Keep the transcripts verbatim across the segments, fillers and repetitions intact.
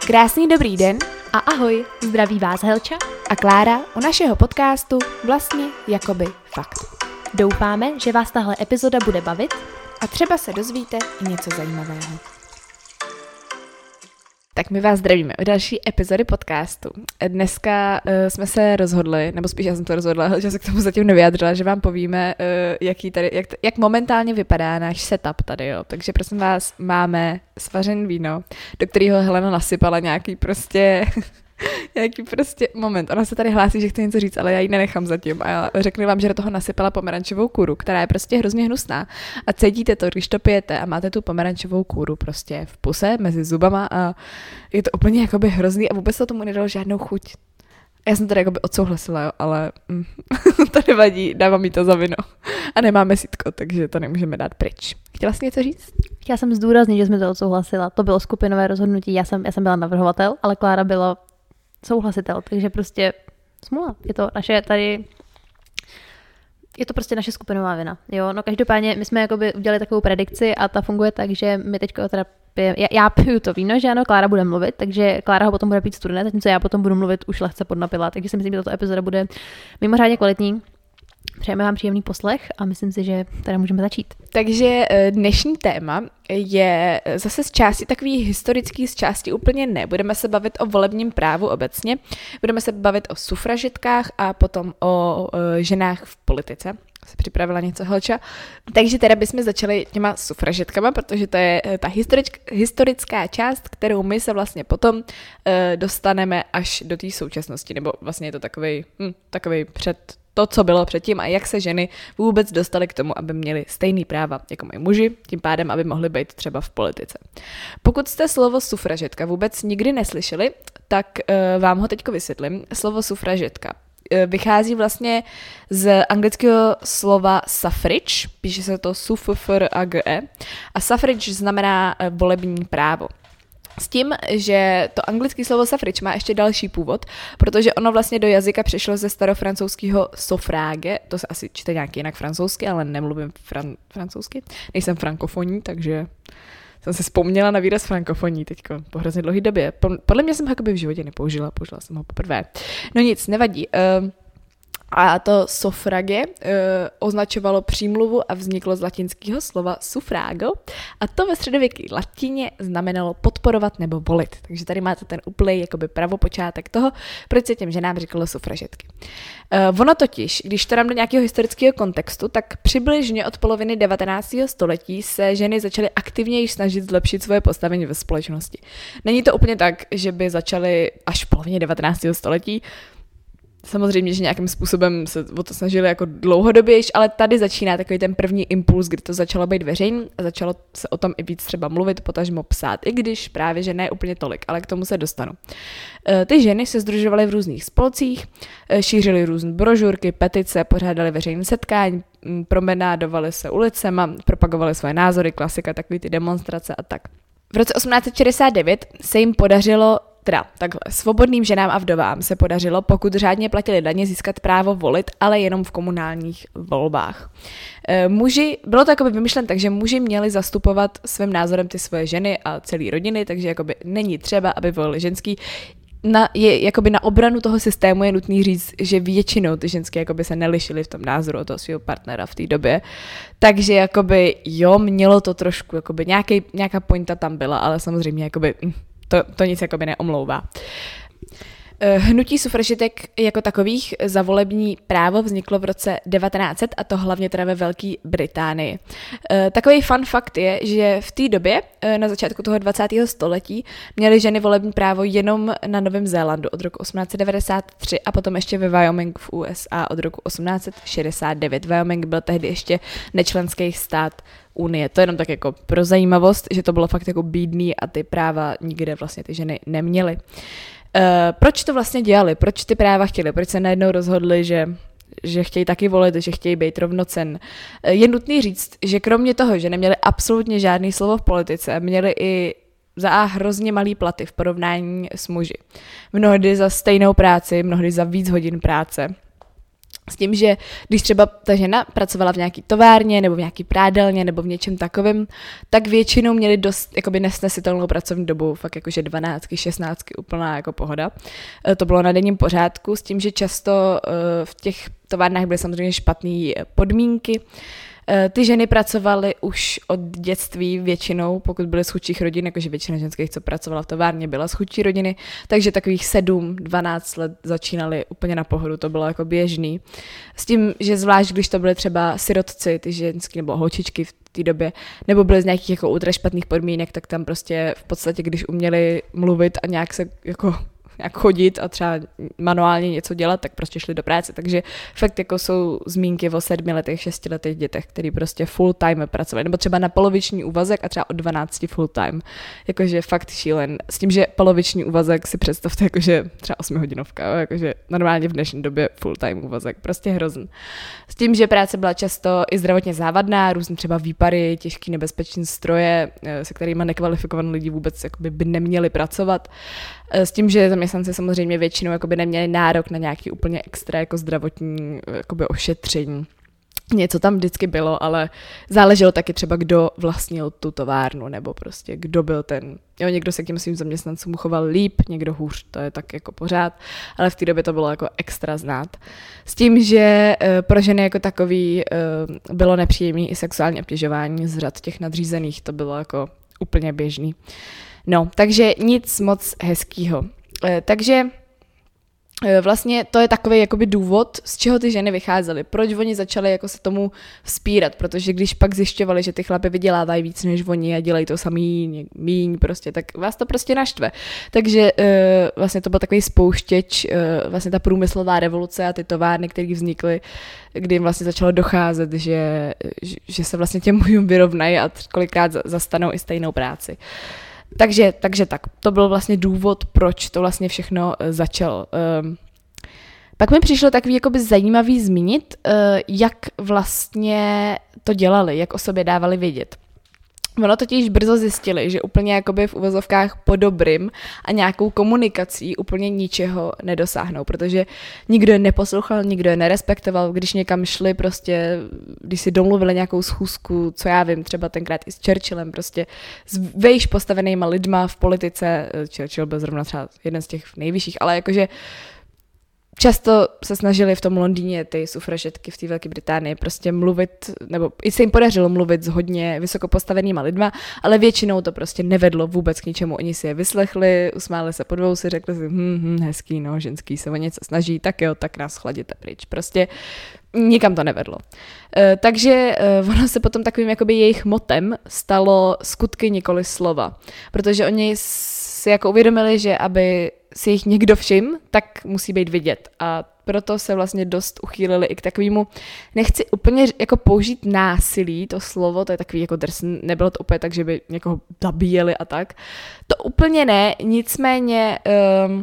Krásný dobrý den a ahoj, zdraví vás Helča a Klára u našeho podcastu Vlastně jakoby fakt. Doufáme, že vás tahle epizoda bude bavit a třeba se dozvíte i něco zajímavého. Tak my vás zdravíme u další epizody podcastu. Dneska uh, jsme se rozhodli, nebo spíš já jsem to rozhodla, že se k tomu zatím nevyjádřila, že vám povíme, uh, jaký tady, jak, jak momentálně vypadá náš setup tady, jo. Takže prosím vás, máme svařené víno, do kterého Helena nasypala nějaký prostě... Jaký prostě moment. Ona se tady hlásí, že chce něco říct, ale já ji nenechám zatím. A já řeknu vám, že do toho nasypala pomerančovou kůru, která je prostě hrozně hnusná. A cítíte to, když to pijete a máte tu pomerančovou kůru prostě v puse mezi zubama a je to úplně jakoby hrozný a vůbec to tomu nedalo žádnou chuť. Já jsem tady jakoby odsouhlasila, jo, ale mm, to nevadí, dávám mi to za vino. A nemáme sítko, takže to nemůžeme dát pryč. Chtěla jsi něco říct? Chtěla jsem zdůraznit, že jsme to odsouhlasila. To bylo skupinové rozhodnutí, já jsem, já jsem byla navrhovatel, ale Klára byla souhlasitel, takže prostě smůla. Je to naše tady, je to prostě naše skupinová vina. Jo, no každopádně my jsme jakoby udělali takovou predikci a ta funguje tak, že my teďko teda pijeme, já, já piju to víno, že ano, Klára bude mluvit, takže Klára ho potom bude pít studené, zatímco já potom budu mluvit už lehce podnapila, takže si myslím, že tato epizoda bude mimořádně kvalitní. Přejeme vám příjemný poslech a myslím si, že teda můžeme začít. Takže dnešní téma je zase z části takový historický, z části úplně ne. Budeme se bavit o volebním právu obecně, budeme se bavit o sufražitkách a potom o, o ženách v politice. Se připravila něco, Helča. Takže teda bychom začali těma sufražitkama, protože to je ta historick, historická část, kterou my se vlastně potom uh, dostaneme až do té současnosti, nebo vlastně je to takovej, hm, takovej před to, co bylo předtím a jak se ženy vůbec dostaly k tomu, aby měly stejný práva jako mají muži, tím pádem, aby mohly být třeba v politice. Pokud jste slovo sufražetka vůbec nikdy neslyšeli, tak uh, vám ho teďko vysvětlím. Slovo sufražetka uh, vychází vlastně z anglického slova suffrage, píše se to S-U-F-F-R-A-G-E a suffrage znamená uh, volební právo. S tím, že to anglické slovo suffrage má ještě další původ, protože ono vlastně do jazyka přišlo ze starofrancouzského suffrage, to se asi čte nějak jinak francouzsky, ale nemluvím fran- francouzsky, nejsem frankofonní, takže jsem se vzpomněla na výraz frankofonní teďko po hrozně dlouhé době. Podle mě jsem ho jakoby v životě nepoužila, použila jsem ho poprvé. No nic, nevadí. Uh, A to suffrage e, označovalo přímluvu a vzniklo z latinského slova suffrago a to ve středověké latině znamenalo podporovat nebo volit. Takže tady máte ten úplný jakoby pravopočátek toho, proč se těm ženám říkalo sufražetky. E, ono totiž, když to dám do nějakého historického kontextu, tak přibližně od poloviny devatenáctého století se ženy začaly aktivněji snažit zlepšit svoje postavení ve společnosti. Není to úplně tak, že by začaly až v polovině devatenáctého století. Samozřejmě, že nějakým způsobem se o to snažili jako dlouhodobější, ale tady začíná takový ten první impuls, kdy to začalo být veřejný a začalo se o tom i víc třeba mluvit, potažmo psát, i když právě, že ne úplně tolik, ale k tomu se dostanu. Ty ženy se sdružovaly v různých spolcích, šířily různé brožurky, petice, pořádaly veřejné setkání, promenádovaly se ulicema, propagovaly svoje názory, klasika, takový ty demonstrace a tak. V roce osmnáct set šedesát devět se jim podařilo Teda takhle, svobodným ženám a vdovám se podařilo, pokud řádně platili daně, získat právo volit, ale jenom v komunálních volbách. E, muži, bylo to jakoby vymyšlen tak, že muži měli zastupovat svým názorem ty svoje ženy a celé rodiny, takže jakoby není třeba, aby volili ženský. Na, je, jakoby na obranu toho systému je nutný říct, že většinou ty ženské jakoby se nelišily v tom názoru od toho svého partnera v té době. Takže jakoby jo, mělo to trošku, jakoby nějaký, nějaká pointa tam byla, ale samozřejmě jakoby... To, to nic jakoby neomlouvá. Hnutí sufražitek jako takových za volební právo vzniklo v roce devatenáct set a to hlavně teda ve Velké Británii. Takový fun fakt je, že v té době, na začátku toho dvacátého století, měly ženy volební právo jenom na Novém Zélandu od roku osmnáct set devadesát tři a potom ještě ve Wyoming v U S A od roku osmnáct set šedesát devět. Wyoming byl tehdy ještě nečlenský stát Unie. To je jenom tak jako pro zajímavost, že to bylo fakt jako bídný a ty práva nikde vlastně ty ženy neměly. Uh, proč to vlastně dělali? Proč ty práva chtěli? Proč se najednou rozhodli, že, že chtějí taky volit, že chtějí být rovnocen? Uh, je nutný říct, že kromě toho, že neměli absolutně žádný slovo v politice, měli i za A hrozně malý platy v porovnání s muži. Mnohdy za stejnou práci, mnohdy za víc hodin práce. S tím, že když třeba ta žena pracovala v nějaký továrně nebo v nějaký prádelně nebo v něčem takovém, tak většinou měli dost jakoby nesnesitelnou pracovní dobu, fakt jakože dvanáctky, šestnáctky, úplná jako pohoda. To bylo na denním pořádku, s tím, že často v těch továrnách byly samozřejmě špatné podmínky. Ty ženy pracovaly už od dětství většinou, pokud byly z chudších rodin, jakože většina ženských, co pracovala v továrně, byla z chudší rodiny, takže takových sedm dvanáct let začínaly úplně na pohodu, to bylo jako běžný. S tím, že zvlášť, když to byly třeba sirotci, ty ženský nebo holčičky v té době, nebo byly z nějakých jako ultra špatných podmínek, tak tam prostě v podstatě, když uměli mluvit a nějak se jako jak chodit a třeba manuálně něco dělat, tak prostě šli do práce. Takže fakt jako jsou zmínky o sedmi letech, šesti letech dětech, který prostě full time pracovali. Nebo třeba na poloviční úvazek a třeba od dvanácti full time. Jakože fakt šílen. S tím, že poloviční úvazek si představte jakože třeba osmihodinovka, jakože normálně v dnešní době full time úvazek. Prostě hrozný. S tím, že práce byla často i zdravotně závadná, různý třeba výpary, těžký nebezpečný stroje, se kterými nekvalifikovaní lidi vůbec jakoby by neměli pracovat. S tím, že zaměstnanci samozřejmě většinou jakoby neměli nárok na nějaký úplně extra jako zdravotní jakoby ošetření. Něco tam vždycky bylo, ale záleželo taky třeba, kdo vlastnil tu továrnu, nebo prostě kdo byl ten. Jo, někdo se k těm svým zaměstnancům choval líp, někdo hůř, to je tak jako pořád, ale v té době to bylo jako extra znát. S tím, že uh, pro ženy jako takový uh, bylo nepříjemné i sexuální obtěžování z řad těch nadřízených, to bylo jako úplně běžný. No, takže nic moc hezkýho. E, takže e, vlastně to je takový jakoby důvod, z čeho ty ženy vycházely. Proč oni začaly jako se tomu vzpírat, protože když pak zjišťovali, že ty chlapy vydělávají víc než oni a dělají to samý míň prostě, tak vás to prostě naštve. Takže e, vlastně to byl takový spouštěč, e, vlastně ta průmyslová revoluce a ty továrny, které vznikly, kdy jim vlastně začalo docházet, že, že se vlastně těm mužům vyrovnají a kolikrát zastanou i stejnou práci. Takže, takže tak, to byl vlastně důvod, proč to vlastně všechno uh, začalo. Uh, pak mi přišlo takový jakoby zajímavý zmínit, uh, jak vlastně to dělali, jak o sobě dávali vědět. Ono totiž brzo zjistili, že úplně jakoby v uvozovkách po dobrým a nějakou komunikací úplně ničeho nedosáhnou, protože nikdo je neposlouchal, nikdo je nerespektoval, když někam šli prostě, když si domluvili nějakou schůzku, co já vím, třeba tenkrát i s Churchillem, prostě s vejš postavenýma lidma v politice, Churchill byl zrovna třeba jeden z těch nejvyšších, ale jakože často se snažili v tom Londýně ty sufražetky v té Velké Británii prostě mluvit, nebo i se jim podařilo mluvit s hodně vysoko postavenýma lidma, ale většinou to prostě nevedlo vůbec k ničemu. Oni si je vyslechli, usmáli se pod vousy, řekli si, hm, hm, hezký, no, ženský se o něco snaží, tak jo, tak nás chladěte pryč. Prostě nikam to nevedlo. E, takže e, ono se potom takovým jakoby jejich motem stalo skutky nikoli slova, protože oni si jako uvědomili, že aby si jich někdo všim, tak musí být vidět. A proto se vlastně dost uchýlili i k takovému, nechci úplně jako použít násilí, to slovo, to je takový jako drsný, nebylo to úplně tak, že by někoho zabíjeli a tak. To úplně ne, nicméně um,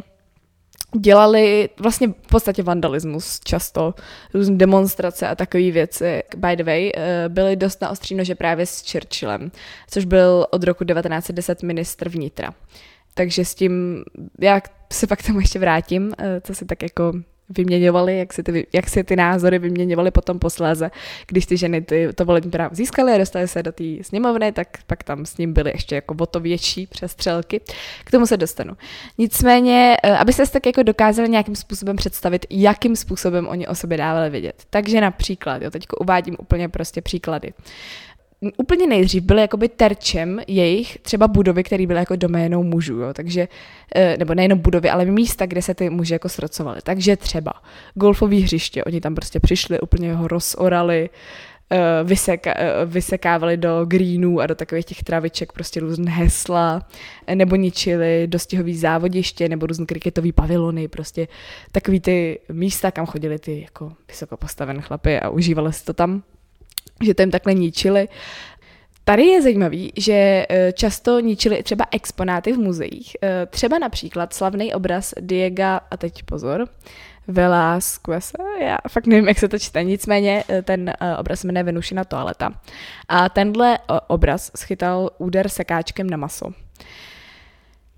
dělali vlastně v podstatě vandalismus často, různé demonstrace a takové věci. By the way, byly dost na ostří nože právě s Churchillem, což byl od roku devatenáct set deset ministr vnitra. Takže s tím, já se pak tomu ještě vrátím, co si tak jako vyměňovali, jak si ty, jak si ty názory vyměňovaly potom posléze, když ty ženy ty, to volební právo získaly a dostaly se do té sněmovny, tak pak tam s ním byly ještě jako o to větší přestřelky. K tomu se dostanu. Nicméně, aby se tak jako dokázali nějakým způsobem představit, jakým způsobem oni o sobě dávali vědět. Takže například, jo, teďko uvádím úplně prostě příklady. Úplně nejdřív byly jakoby terčem jejich třeba budovy, které byly jako doménou mužů, jo, takže, nebo nejenom budovy, ale místa, kde se ty muži jako srocovaly. Takže třeba golfové hřiště, oni tam prostě přišli, úplně ho rozorali, vyseka, vysekávali do greenů a do takových těch traviček prostě různé hesla, nebo ničili dostihový závodiště, nebo různé kriketový pavilony, prostě takový ty místa, kam chodili ty jako vysoko postavené chlapy a užívali si to tam, že to jim takhle ničili. Tady je zajímavý, že často ničili třeba exponáty v muzeích. Třeba například slavný obraz Diega, a teď pozor, Velázqueze, já fakt nevím, jak se to čte, nicméně ten obraz se jmenuje Venušina toaleta. A tenhle obraz schytal úder sekáčkem na maso.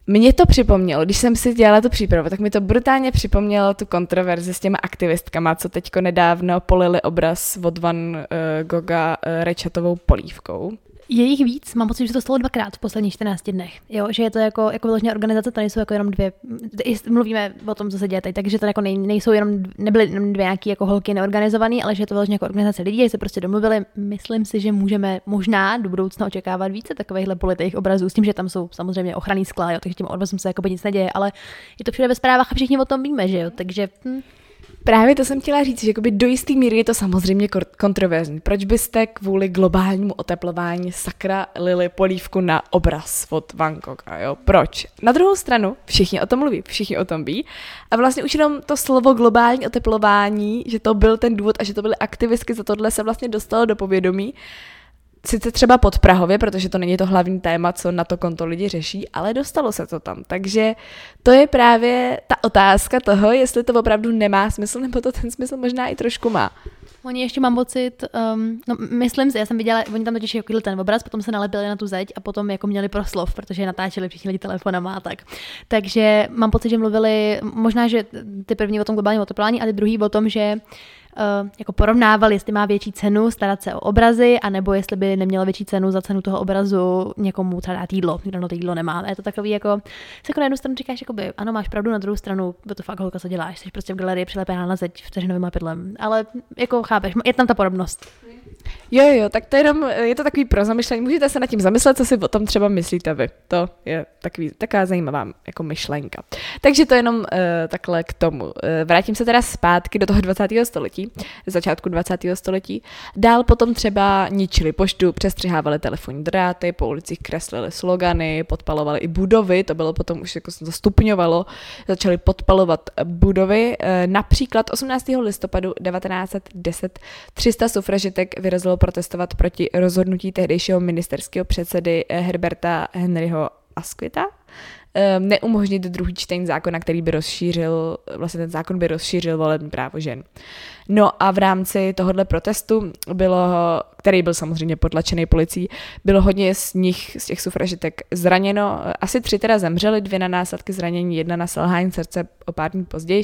Mě to připomnělo, když jsem si dělala tu přípravu, tak mi to brutálně připomnělo tu kontroverzi s těma aktivistkama, co teďko nedávno polili obraz od Van uh, Gogha uh, rečatovou polívkou. Je jich víc, mám pocit, že to stalo dvakrát v posledních čtrnácti dnech, jo, že je to jako, jako vyloženě organizace, to nejsou jako jenom dvě, mluvíme o tom, co se děje teď, takže to jako nej, nejsou jenom, nebyly jenom dvě nějaký jako holky neorganizovaný, ale že je to vyloženě jako organizace lidí, že se prostě domluvili, myslím si, že můžeme možná do budoucna očekávat více takovýchhle politých obrazů, s tím, že tam jsou samozřejmě ochranný skla, jo, takže tím obrazům se jako nic neděje, ale je to všude ve zprávách a všichni o tom víme, že jo, takže... Hm. Právě to jsem chtěla říct, že do jisté míry je to samozřejmě kontroverzní. Proč byste kvůli globálnímu oteplování sakra lili polívku na obraz od Van Gogha, jo? Proč? Na druhou stranu všichni o tom mluví, všichni o tom ví a vlastně už jenom to slovo globální oteplování, že to byl ten důvod a že to byly aktivistky, za tohle se vlastně dostalo do povědomí. Sice třeba pod Prahově, protože to není to hlavní téma, co na to konto lidi řeší, ale dostalo se to tam. Takže to je právě ta otázka toho, jestli to opravdu nemá smysl, nebo to ten smysl možná i trošku má. Oni ještě mám pocit, um, no myslím si, já jsem viděla, oni tam totiž jako ten obraz, potom se nalepili na tu zeď a potom jako měli proslov, protože natáčeli všichni lidi telefonama a tak. Takže mám pocit, že mluvili, možná, že ty první o tom globálním oteplování a ty druhý o tom, že Uh, jako porovnával, jestli má větší cenu starat se o obrazy, anebo jestli by nemělo větší cenu za cenu toho obrazu někomu třeba dát jídlo, kdo no to jídlo nemá. A je to takový jako, se jako na jednu stranu říkáš, jakoby, ano, máš pravdu, na druhou stranu, to fakt holka, co děláš, jsi prostě v galerii přilepená na zeď vteřinovým lapidlem, ale jako chápeš, je tam ta podobnost. Jo, jo, tak to je jenom, je to takový pro zamyšlení, můžete se nad tím zamyslet, co si o tom třeba myslíte vy. To je takový, taková zajímavá jako myšlenka. Takže to jenom uh, takhle k tomu. Uh, vrátím se teda zpátky do toho dvacátého století, začátku dvacátého století. Dál potom třeba ničili poštu, přestřihávali telefonní dráty, po ulicích kreslili slogany, podpalovali i budovy, to bylo potom už jako se to stupňovalo, začali podpalovat budovy. Uh, například osmnáctého listopadu devatenáct set deset tři sta sufražitek vyrazilo protestovat proti rozhodnutí tehdejšího ministerského předsedy Herberta Henryho Asquitha neumožnit druhý čtení zákona, který by rozšířil, vlastně ten zákon by rozšířil volební právo žen. No a v rámci tohohle protestu bylo, který byl samozřejmě potlačený policií, bylo hodně z nich, z těch sufražitek zraněno. Asi tři teda zemřely, dvě na následky zranění, jedna na selhání srdce o pár dní později.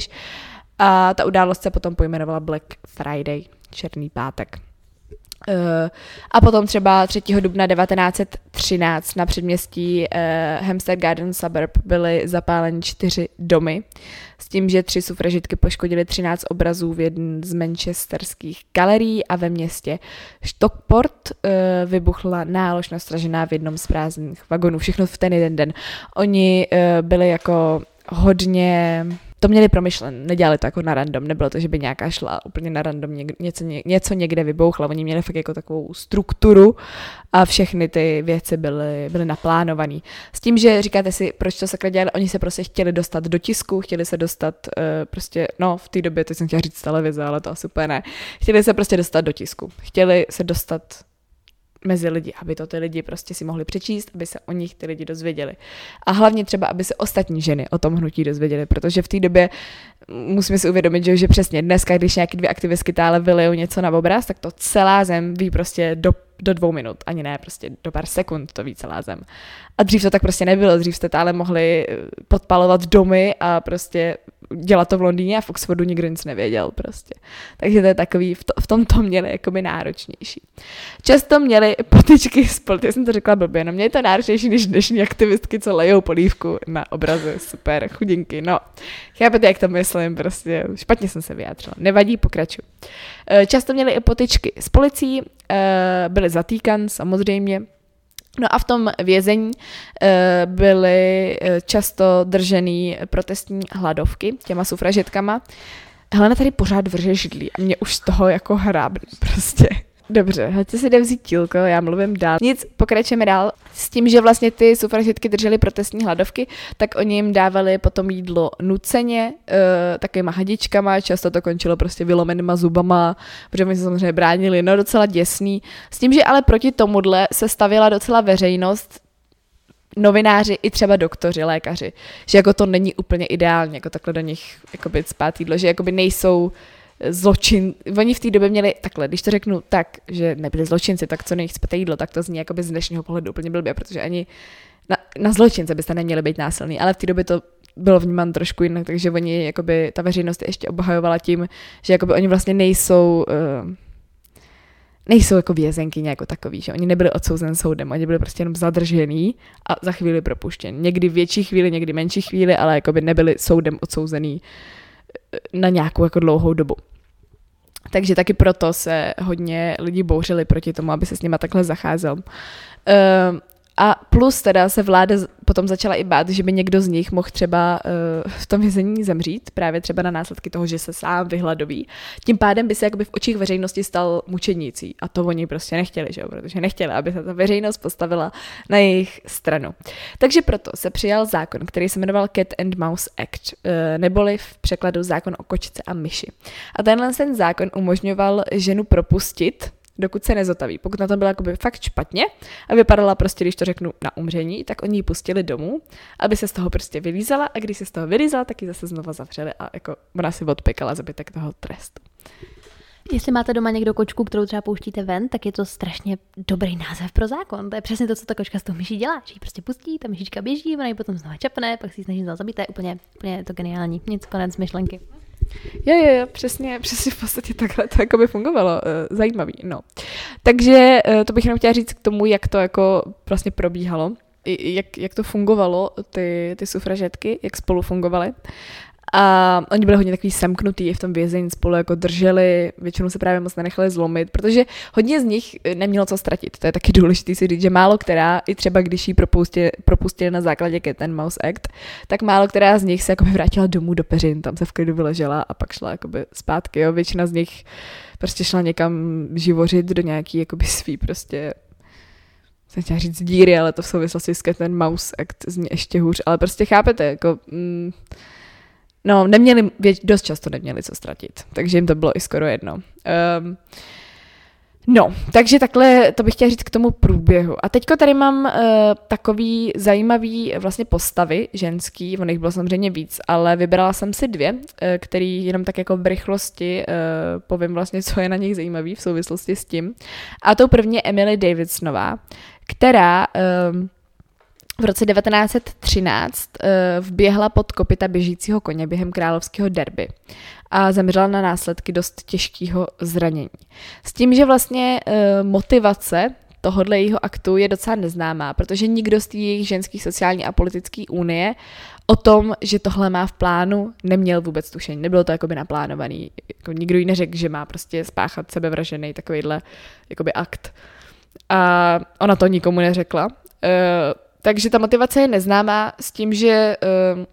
A ta událost se potom pojmenovala Black Friday, černý pátek. Uh, a potom třeba třetího dubna devatenáct set třináct na předměstí uh, Hampstead Garden Suburb byly zapáleny čtyři domy s tím, že tři sufražitky poškodily třináct obrazů v jedné z manchesterských galerií a ve městě Stockport uh, vybuchla nálož nastražená v jednom z prázdných vagonů. Všechno v ten jeden den. Oni uh, byli jako hodně... To měli promyšlen, nedělali to jako na random, nebylo to, že by nějaká šla úplně na random, něk, něco, ně, něco někde vybouchla, oni měli fakt jako takovou strukturu a všechny ty věci byly, byly naplánované. S tím, že říkáte si, proč to sakra dělali, oni se prostě chtěli dostat do tisku, chtěli se dostat uh, prostě, no v té době, teď jsem chtěla říct televize, ale to asi úplně ne, chtěli se prostě dostat do tisku, chtěli se dostat mezi lidi, aby to ty lidi prostě si mohli přečíst, aby se o nich ty lidi dozvěděli. A hlavně třeba, aby se ostatní ženy o tom hnutí dozvěděly, protože v té době musíme si uvědomit, že, že přesně dneska, když nějaké dvě aktivistky tále vylijou něco na obraz, tak to celá zem ví prostě do, do dvou minut, ani ne, prostě do pár sekund to ví celá zem. A dřív to tak prostě nebylo, dřív jste tále mohli podpalovat domy a prostě dělat to v Londýně a v Oxfordu nikdo nic nevěděl prostě. Takže to je takový, v, to, v tom to měli jakoby náročnější. Často měli potyčky z polity, já jsem to řekla blbě, no měli to náročnější než dnešní aktivistky, co lejou polívku na obrazy, super, chudinky, no. Chápete, jak to myslím, prostě špatně jsem se vyjádřila, nevadí, pokračuju. Často měli i potyčky s policií, byli zatýkan samozřejmě. No a v tom vězení e, byly často držený protestní hladovky těma sufražitkama. Helena tady pořád vrže židlí a mě už z toho jako hrábne prostě. Dobře, hoďte si jde vzít tílko, já mluvím dál. Nic, pokračujeme dál s tím, že vlastně ty sufražitky držely protestní hladovky, tak oni jim dávali potom jídlo nuceně, e, takovýma hadičkama, často to končilo prostě vylomenýma zubama, protože oni se samozřejmě bránili, no docela děsný. S tím, že ale proti tomuhle se stavěla docela veřejnost, novináři i třeba doktoři, lékaři, že jako to není úplně ideální, jako takhle do nich jakoby spát jídlo, že jakoby nejsou zločin, oni v té době měli takhle, když to řeknu tak, že nebyli zločinci, tak co nejich spete jídlo, tak to zní jakoby z dnešního pohledu úplně blbě, protože ani na, na zločince byste neměli být násilný, ale v té době to bylo vnímáno trošku jinak, takže oni, jakoby, ta veřejnost je ještě obhajovala tím, že jakoby oni vlastně nejsou, uh, nejsou jako vězenkyně jako takový, že oni nebyli odsouzen soudem, oni byli prostě jenom zadržený a za chvíli propuštěni. Někdy větší chvíli, někdy menší chvíli, ale jakoby nebyli soudem odsouzený na nějakou jako dlouhou dobu. Takže taky proto se hodně lidí bouřili proti tomu, aby se s nima takhle zacházel. Uh, A plus teda se vláda potom začala i bát, že by někdo z nich mohl třeba uh, v tom vězení zemřít, právě třeba na následky toho, že se sám vyhladoví. Tím pádem by se jakoby v očích veřejnosti stal mučenící. A to oni prostě nechtěli, že jo? Protože nechtěli, aby se ta veřejnost postavila na jejich stranu. Takže proto se přijal zákon, který se jmenoval Cat and Mouse Act, uh, neboli v překladu zákon o kočce a myši. A tenhle ten zákon umožňoval ženu propustit, dokud se nezotaví. Pokud na tom byla jakoby fakt špatně a vypadala prostě, když to řeknu, na umření, tak oni ji pustili domů, aby se z toho prostě vylízala a když se z toho vylízala, tak ji zase znova zavřeli a jako ona si odpekala zbytek toho trestu. Jestli máte doma někdo kočku, kterou třeba pouštíte ven, tak je to strašně dobrý název pro zákon. To je přesně to, co ta kočka s tou myší dělá. Že ji prostě pustí, ta myšička běží, ona ji potom znova čapne, pak si ji snaží zabít. To je úplně, úplně to geniální. Nic, konec myšlenky. Jo, jo, jo, přesně, přesně v podstatě takhle to jako by fungovalo. Zajímavý, no. Takže to bych jenom chtěla říct k tomu, jak to jako vlastně probíhalo, jak, jak to fungovalo, ty, ty sufražetky, jak spolu fungovaly. A oni byli hodně takový semknutý v tom vězení, spolu jako drželi, většinou se právě moc nenechali zlomit, protože hodně z nich nemělo co ztratit. To je taky důležité si říct, že málo která, i třeba když ji propustili, propustili na základě Cat and Mouse Act, tak málo která z nich se jakoby vrátila domů do peřin, tam se v klidu vyležela a pak šla jakoby zpátky. Jo. Většina z nich prostě šla někam živořit do nějaký jakoby svý prostě, jsem chtěla říct díry, ale to v souvislosti s Cat and Mouse Act zní ještě hůř, ale prostě chápete, jako... Mm, No, neměli, dost často neměli co ztratit, takže jim to bylo i skoro jedno. Um, no, takže takhle to bych chtěla říct k tomu průběhu. A teďko tady mám uh, takový zajímavý vlastně postavy ženský, ono jich bylo samozřejmě víc, ale vybrala jsem si dvě, uh, který jenom tak jako v rychlosti uh, povím vlastně, co je na nich zajímavý v souvislosti s tím. A tou první je Emily Davidsonová, která... Um, v roce devatenáct set třináct uh, vběhla pod kopyta běžícího koně během královského derby a zemřela na následky dost těžkého zranění. S tím, že vlastně uh, motivace tohodle jejího aktu je docela neznámá, protože nikdo z té jejich ženských sociální a politické unie o tom, že tohle má v plánu, neměl vůbec tušení. Nebylo to jakoby naplánovaný. Jako nikdo jí neřekl, že má prostě spáchat sebevražený takovýhle jakoby akt. A ona to nikomu neřekla. Uh, Takže ta motivace je neznámá s tím, že uh,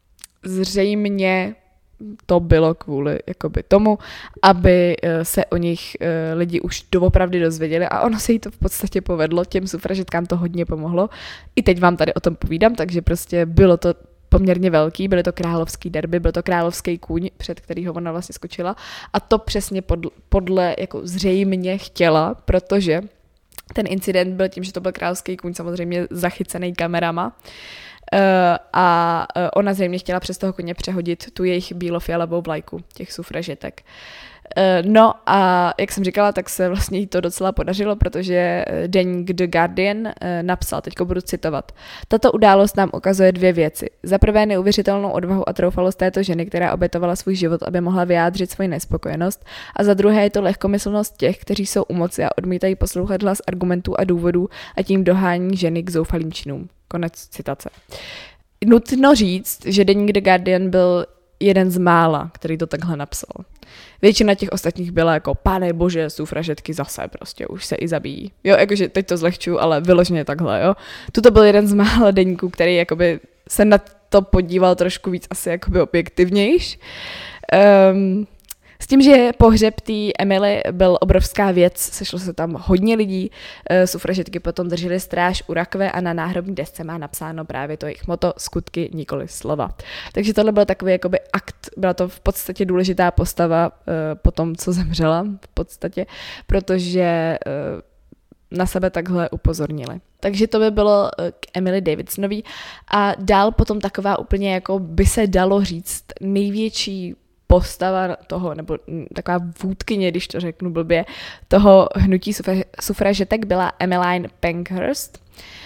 zřejmě to bylo kvůli jakoby tomu, aby uh, se o nich uh, lidi už doopravdy dozvěděli a ono se jí to v podstatě povedlo, těm sufražetkám to hodně pomohlo. I teď vám tady o tom povídám, takže prostě bylo to poměrně velký, byly to královský derby, byl to královský kůň, před kterýho ona vlastně skočila a to přesně podle, podle jako zřejmě chtěla, protože ten incident byl tím, že to byl královský kůň samozřejmě zachycený kamerama uh, a uh, ona zřejmě chtěla přes toho koně přehodit tu jejich bílofialovou vlajku těch sufražetek. Uh, no a jak jsem říkala, tak se vlastně jí to docela podařilo, protože deník The Guardian uh, napsal, teďko budu citovat, tato událost nám ukazuje dvě věci. Za prvé neuvěřitelnou odvahu a troufalost této ženy, která obětovala svůj život, aby mohla vyjádřit svoji nespokojenost, a za druhé je to lehkomyslnost těch, kteří jsou u moci a odmítají poslouchat hlas argumentů a důvodů a tím dohání ženy k zoufalým činům. Konec citace. Nutno říct, že deník The Guardian byl jeden z mála, který to takhle napsal. Většina těch ostatních byla jako, pane bože, sufražetky zase prostě, už se i zabíjí. Jo, jakože teď to zlehčuju, ale vyloženě takhle, jo. Tuto byl jeden z mála deníků, který jakoby se na to podíval trošku víc asi jakoby objektivnějš. Um, S tím, že pohřeb té Emily byl obrovská věc, sešlo se tam hodně lidí, sufražetky potom držely stráž u rakve a na náhrobní desce má napsáno právě to jejich moto skutky, nikoli slova. Takže tohle byl takový jakoby akt, byla to v podstatě důležitá postava po tom, co zemřela v podstatě, protože na sebe takhle upozornili. Takže to by bylo k Emily Davidsonový a dál potom taková úplně jako by se dalo říct největší postava toho, nebo taková vůdkyně, když to řeknu blbě, toho hnutí sufražetek byla Emmeline Pankhurst,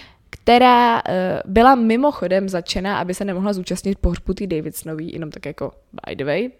která uh, byla mimochodem zatčena, aby se nemohla zúčastnit pohřbu té Davidsonový, jenom tak jako by the way. Uh,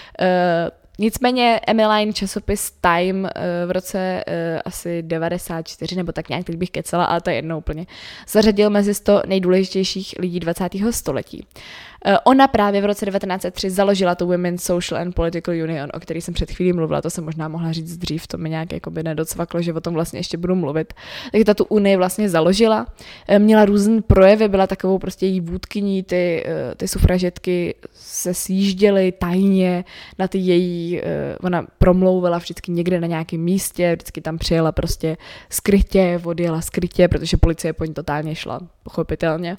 nicméně Emmeline časopis Time uh, v roce uh, asi devadesát čtyři, nebo tak nějak, teď bych kecala, ale to je jedno úplně, zařadil mezi sto nejdůležitějších lidí dvacátého století. Ona právě v roce devatenáct set tři založila tu Women's Social and Political Union, o který jsem před chvílí mluvila, to jsem možná mohla říct dřív, to mi nějak jakoby nedocvaklo, že o tom vlastně ještě budu mluvit. Takže ta tu unii vlastně založila, měla různé projevy, byla takovou prostě její vůdkyní, ty, ty sufražetky se sjížděly tajně na ty její, ona promlouvala vždycky někde na nějakém místě, vždycky tam přijela prostě skrytě, odjela skrytě, protože policie po ní totálně šla, pochopitelně.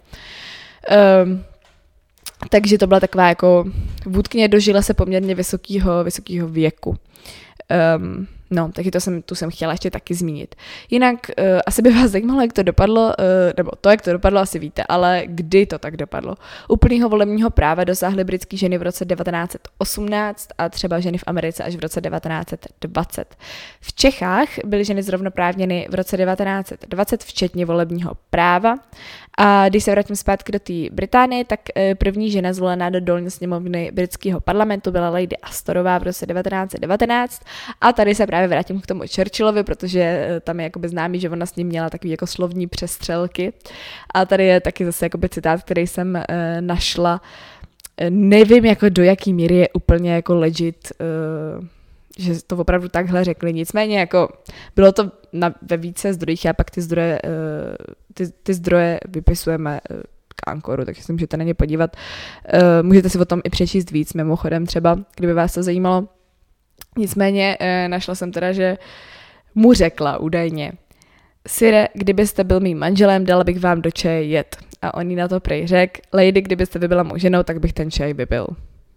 Um, Takže to byla taková jako vůdkyně, dožila se poměrně vysokého, vysokého věku. Um, no, taky to jsem, tu jsem chtěla ještě taky zmínit. Jinak uh, asi by vás zajímalo, jak to dopadlo, uh, nebo to, jak to dopadlo, asi víte, ale kdy to tak dopadlo. Úplného volebního práva dosáhly britské ženy v roce devatenáct set osmnáct a třeba ženy v Americe až v roce devatenáct set dvacet. V Čechách byly ženy zrovnoprávněny v roce devatenáct set dvacet, včetně volebního práva. A když se vrátím zpátky do té Británie, tak první žena zvolená do dolní sněmovny britského parlamentu byla Lady Astorová v roce devatenáct set devatenáct. A tady se právě vrátím k tomu Churchillovi, protože tam je jakoby známý, že ona s ním měla takový jako slovní přestřelky. A tady je taky zase jakoby citát, který jsem e, našla. E, nevím, jako do jaký míry je úplně jako legit, e, že to opravdu takhle řekli. Nicméně jako bylo to na, ve více zdrojích a pak ty zdroje, e, ty, ty zdroje vypisujeme e, k Ankoru, takže si můžete na ně podívat. E, můžete si o tom i přečíst víc, mimochodem třeba, kdyby vás to zajímalo. Nicméně e, našla jsem teda, že mu řekla údajně: Sire, kdybyste byl mým manželem, dala bych vám do čaje jet. A on jí na to prej řekl: Lady, kdybyste vy byla mou ženou, tak bych ten čaj vypil.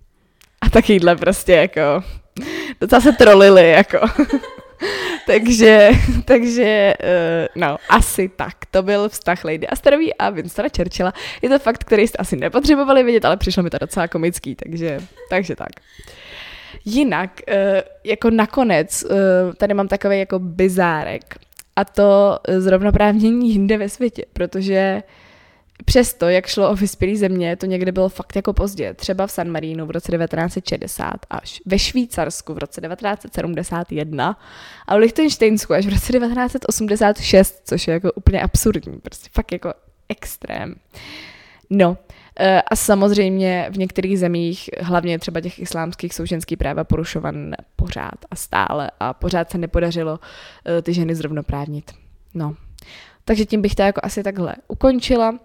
A takovýhle prostě jako docela se trolili, jako. takže, takže, uh, no, asi tak. To byl vztah Lady Astorový a Winstona Churchilla. Je to fakt, který jste asi nepotřebovali vidět, ale přišlo mi to docela komický, takže, takže tak. Jinak, uh, jako nakonec, uh, tady mám takový jako bizárek. A to zrovnoprávnění jinde ve světě, protože přesto, jak šlo o vyspělý země, to někde bylo fakt jako pozdě. Třeba v San Marinu v roce devatenáct set šedesát až ve Švýcarsku v roce devatenáct set sedmdesát jedna a v Lichtenštejnsku až v roce devatenáct set osmdesát šest, což je jako úplně absurdní, prostě fakt jako extrém. No, a samozřejmě v některých zemích, hlavně třeba těch islámských, jsou ženský práva porušované pořád a stále a pořád se nepodařilo ty ženy zrovnoprávnit. No, takže tím bych to jako asi takhle ukončila.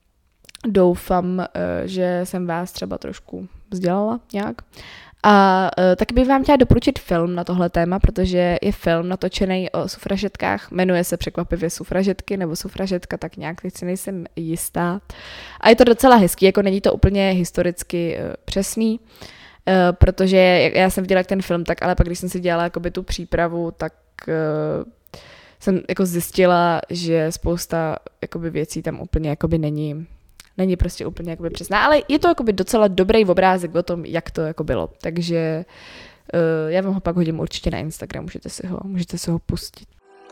Doufám, že jsem vás třeba trošku vzdělala nějak. A taky bych vám chtěla doporučit film na tohle téma, protože je film natočený o sufražetkách, jmenuje se překvapivě Sufražetky nebo Sufražetka, tak nějak, teď si nejsem jistá. A je to docela hezký, jako není to úplně historicky uh, přesný, uh, protože já jsem viděla ten film, tak ale pak když jsem si dělala jakoby tu přípravu, tak uh, jsem jako zjistila, že spousta jakoby věcí tam úplně jakoby není. Není prostě úplně jakoby přesná, ale je to jakoby docela dobrý obrázek o tom, jak to jako bylo. Takže uh, já vám ho pak hodím určitě na Instagram, můžete si ho, můžete si ho pustit.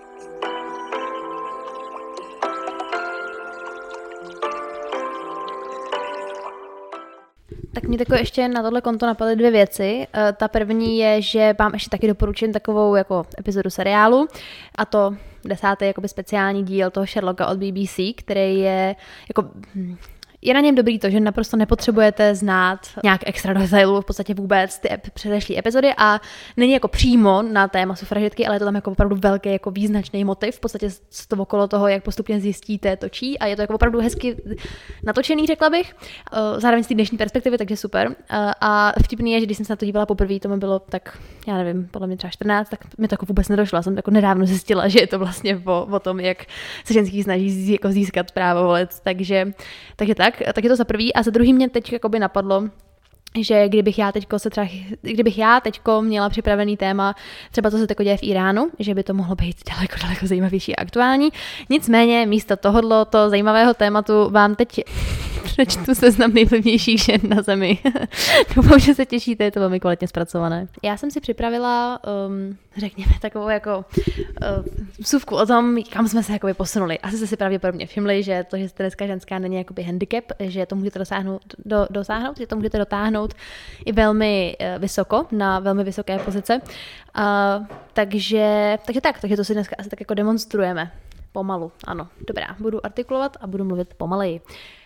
Tak mě takové ještě na tohle konto napadly dvě věci. Uh, ta první je, že vám ještě taky doporučím takovou jako epizodu seriálu, a to desátý jakoby speciální díl toho Sherlocka od B B C, který je jako... Je na něm dobrý to, že naprosto nepotřebujete znát nějak extra do detailu v podstatě vůbec ty ep- předešlý epizody a není jako přímo na téma sufražetky, ale je to tam jako opravdu velký jako význačný motiv, v podstatě to okolo toho, jak postupně zjistíte, točí a je to jako opravdu hezky natočený, řekla bych, zároveň z té dnešní perspektivy, takže super. A vtipný je, že když jsem se na to dívala poprvé, to mi bylo tak, já nevím, podle mě třeba čtrnáct, tak mi to jako vůbec nedošlo. Já jsem jako nedávno zjistila, že je to vlastně o, o tom, jak se ženský snaží jako získat právo volit, takže, takže tak. Tak, tak je to za prvý. A za druhý mě teď jakoby napadlo, že kdybych já teďko se třeba, kdybych já teďko měla připravený téma, třeba co se tako děje v Iránu, že by to mohlo být daleko, daleko zajímavější a aktuální. Nicméně místo tohoto zajímavého tématu vám teď přečtu seznam nejvlivnějších žen na zemi. Doufám, že se těšíte, je to velmi kvalitně zpracované. Já jsem si připravila, um, řekněme, takovou jako uh, vsuvku o tom, kam jsme se jakoby posunuli. Asi jste si pravděpodobně všimli, že to, že jste dneska ženská, není jakoby handicap, že to můžete dosáhnout, do, dosáhnout, že to můžete dotáhnout i velmi uh, vysoko, na velmi vysoké pozice. Uh, takže, takže tak, takže to si dneska asi tak jako demonstrujeme. Pomalu, ano. Dobrá, budu artikulovat a budu mluvit pomaleji.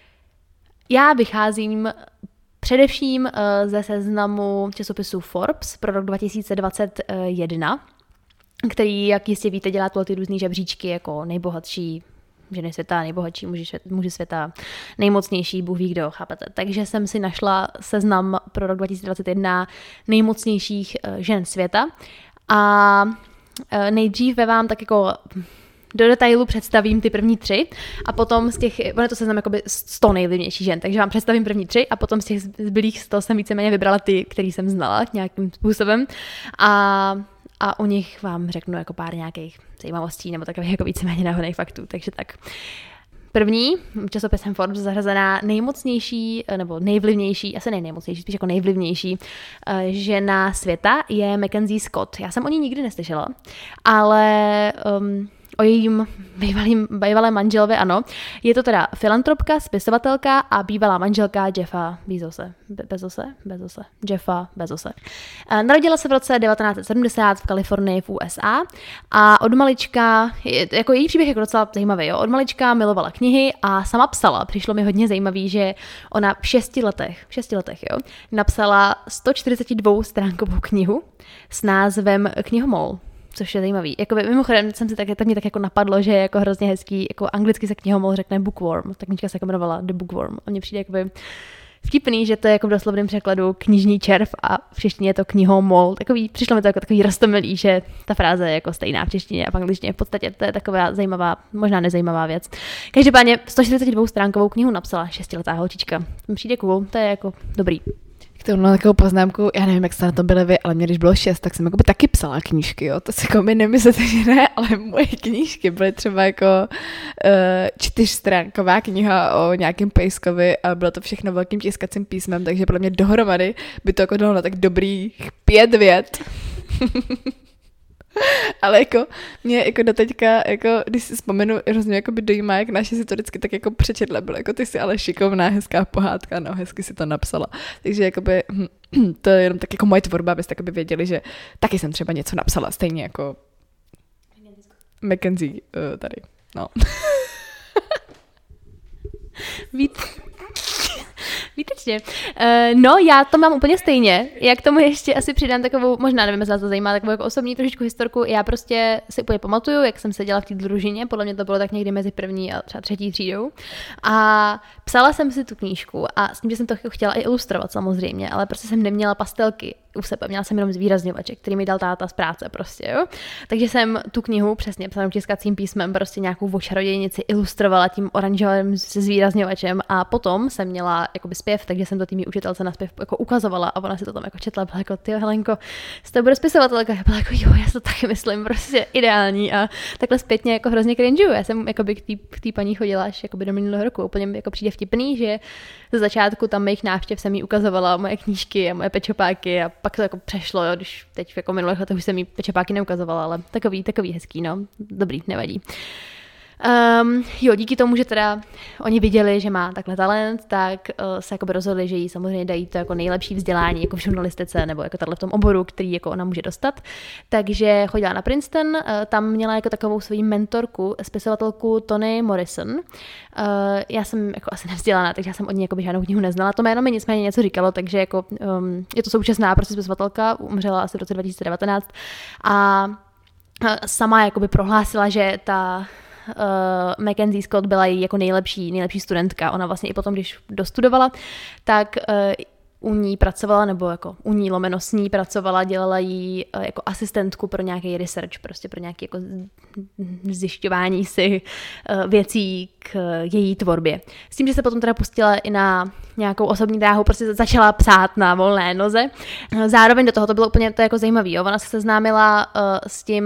Já vycházím především ze seznamu časopisu Forbes pro rok dva tisíce dvacet jedna, který, jak jistě víte, dělá tyhle ty různý žebříčky jako nejbohatší ženy světa, nejbohatší muži, muži světa, nejmocnější, Bůh ví kdo, chápete. Takže jsem si našla seznam pro rok dva tisíce dvacet jedna nejmocnějších žen světa a nejdříve vám tak jako do detailu představím ty první tři a potom z těch, ono to seznam jakoby sto nejvlivnějších žen, takže vám představím první tři a potom z těch zbylých sto jsem víceméně vybrala ty, který jsem znala nějakým způsobem a, a u nich vám řeknu jako pár nějakých zajímavostí nebo takových jako víceméně náhodných faktů, takže tak. První, časopisem Forbes zařazená nejmocnější, nebo nejvlivnější, asi ne nejmocnější, spíš jako nejvlivnější žena světa je Mackenzie Scott. Já jsem o ní nikdy neslyšela, ale um, o jejím bývalým, bývalé manželovi ano. Je to teda filantropka, spisovatelka a bývalá manželka Jeffa Bezose. Be- Bezose? Bezose. Jeffa Bezose. Narodila se v roce devatenáct set sedmdesát v Kalifornii v U S A a od malička, jako její příběh je jako docela zajímavý, jo? Od malička milovala knihy a sama psala. Přišlo mi hodně zajímavý, že ona v šesti letech, v šesti letech, jo, napsala sto čtyřicet dva stránkovou knihu s názvem Knihomol. Což je zajímavý. Jako mimochodem jsem si tak, tak mě tak jako napadlo, že je jako hrozně hezký, jako anglicky se knihomol řekne bookworm. Ta knížka se jako jmenovala The Bookworm. A mně přijde jakoby vtipný, že to je jako v doslovném překladu knižní červ a v češtině je to knihomol. Takový, přišlo mi to jako takový roztomilý, že ta fráze je jako stejná v češtině a v angličtině. V podstatě to je taková zajímavá, možná nezajímavá věc. Každopádně sto čtyřicet dva stránkovou knihu napsala šestiletá holčička. Mi přijde cool, to je jako dobrý. K tomu takovou poznámku, já nevím, jak jste na to byli vy, ale mě když bylo šest, tak jsem jako by taky psala knížky, jo, to si jako mi nemyslíte, že ne, ale moje knížky byly třeba jako uh, čtyřstránková kniha o nějakém pejskovi a bylo to všechno velkým tiskacím písmem, takže podle mě dohromady by to jako dalo na tak dobrých pět vět. Ale jako mě jako doteďka, jako když si vzpomenu, hrozně jako by dojímá, jak naši si to vždycky tak jako přečetla, bylo jako ty jsi ale šikovná, hezká pohádka, no hezky si to napsala. Takže jakoby to je jenom tak jako moje tvorba, abyste by věděli, že taky jsem třeba něco napsala, stejně jako Mackenzie uh, tady, no. Víte, Výtečně. Uh, no, já to mám úplně stejně. Já k tomu ještě asi přidám takovou, možná nevím, jestli vás to zajímá, takovou jako osobní trošičku historku. Já prostě si úplně pamatuju, jak jsem seděla v té družině, podle mě to bylo tak někdy mezi první a třeba třetí třídou. A psala jsem si tu knížku a s tím, že jsem to chtěla i ilustrovat samozřejmě, ale prostě jsem neměla pastelky u sebe, měla jsem jenom zvýrazňovače, který mi dal táta z práce prostě, jo. Takže jsem tu knihu přesně psanou tiskacím písmem prostě nějakou vočarodějnici ilustrovala tím oranžovým se zvýrazňovačem a potom jsem měla jakoby zpěv, takže jsem to tými učitelce na zpěv jako ukazovala a ona si to tam jako četla, byla jako, tyjo Helenko, z toho bude spisovatelka, já byla jako, jo, já si to taky myslím, prostě ideální a takhle zpětně jako hrozně cringeu. Já jsem jakoby k té paní chodila až jakoby do minulého roku, úplně jako přijde vtipný, že ze začátku tam mých návštěv jsem jí ukazovala moje knížky a moje pečopáky a pak to jako přešlo, jo, když teď jako minulých letech už jsem jí pečopáky neukazovala, ale takový, takový hezký, no, dobrý, nevadí. Um, jo, díky tomu, že teda oni viděli, že má takhle talent, tak uh, se jakoby rozhodli, že jí samozřejmě dají to jako nejlepší vzdělání jako v žurnalistice nebo jako tato v tom oboru, který jako ona může dostat. Takže chodila na Princeton, uh, tam měla jako takovou svou mentorku, spisovatelku Toni Morrison. Uh, já jsem jako asi nevzdělaná, takže já jsem od ní jako žádnou knihu neznala. To jméno mi nicméně něco říkalo, takže jako um, je to současná prostě spisovatelka, umřela asi v roce dva tisíce devatenáct a uh, sama jakoby prohlásila, že ta Uh, Mackenzie Scott byla její jako nejlepší, nejlepší studentka. Ona vlastně i potom, když dostudovala, tak uh, u ní pracovala, nebo jako u ní lomeno s ní pracovala, dělala jí uh, jako asistentku pro nějaký research, prostě pro nějaké jako zjišťování si uh, věcí k uh, její tvorbě. S tím, že se potom teda pustila i na nějakou osobní dráhu, prostě začala psát na volné noze. Uh, zároveň do toho to bylo úplně to jako zajímavý, jo? Ona se seznámila uh, s tím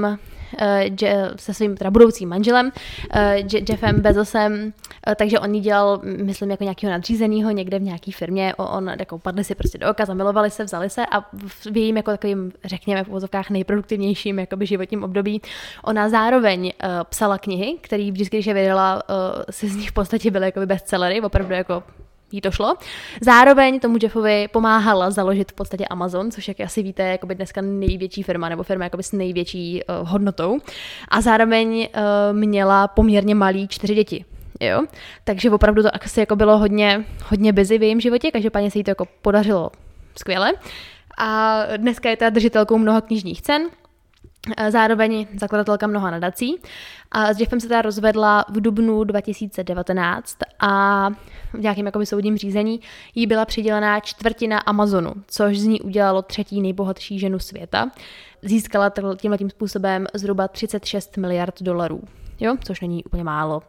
Je, se svým teda budoucím manželem, Je, Jeffem Bezosem, takže on jí dělal, myslím, jako nějakého nadřízenýho někde v nějaký firmě, on jako padli si prostě do oka, zamilovali se, vzali se a v jejím jako takovým, řekněme, v uvozovkách nejproduktivnějším jakoby životním období ona zároveň uh, psala knihy, které vždycky, když je vydala, uh, se z nich v podstatě byly jakoby bestsellery, opravdu jako jí to šlo. Zároveň tomu Jeffovi pomáhala založit v podstatě Amazon, což jak asi víte, je jakoby dneska největší firma, nebo firma jakoby s největší uh, hodnotou. A zároveň uh, měla poměrně malý čtyři děti. Jo? Takže opravdu to asi jako bylo hodně, hodně busy v jejím životě, každopádně se jí to jako podařilo skvěle. A dneska je teda držitelkou mnoha knižních cen, zároveň zakladatelka mnoha nadací. A s Jeffem se teda rozvedla v dubnu dva tisíce devatenáct a v nějakém jakoby soudním řízení jí byla přidělená čtvrtina Amazonu, což z ní udělalo třetí nejbohatší ženu světa. Získala tímhletím způsobem zhruba třicet šest miliard dolarů, jo? Což není úplně málo.